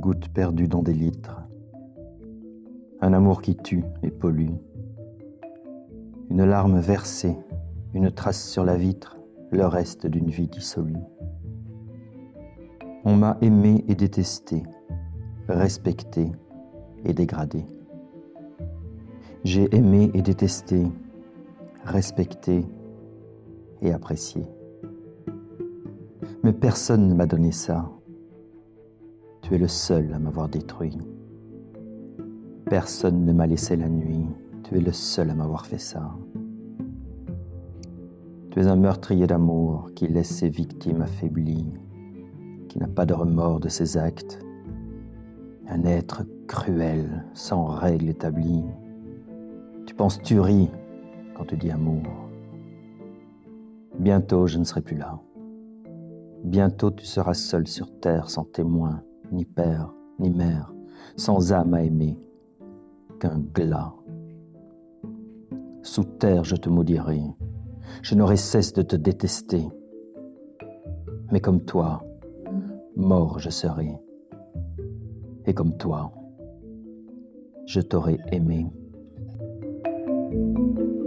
goutte perdue dans des litres. Un amour qui tue et pollue. Une larme versée, une trace sur la vitre, le reste d'une vie dissolue. On m'a aimé et détesté, respecté et dégradé. J'ai aimé et détesté, respecté et apprécié. Mais personne ne m'a donné ça. Tu es le seul à m'avoir détruit. Personne ne m'a laissé la nuit. Tu es le seul à m'avoir fait ça. Tu es un meurtrier d'amour qui laisse ses victimes affaiblies, qui n'a pas de remords de ses actes. Un être cruel, sans règles établies. Tu penses tuerie quand tu dis amour. Bientôt, je ne serai plus là. Bientôt, tu seras seul sur terre, sans témoin, ni père, ni mère, sans âme à aimer, qu'un glas. Sous terre, je te maudirai. Je n'aurai cesse de te détester. Mais comme toi, mort je serai. Et comme toi, je t'aurai aimé.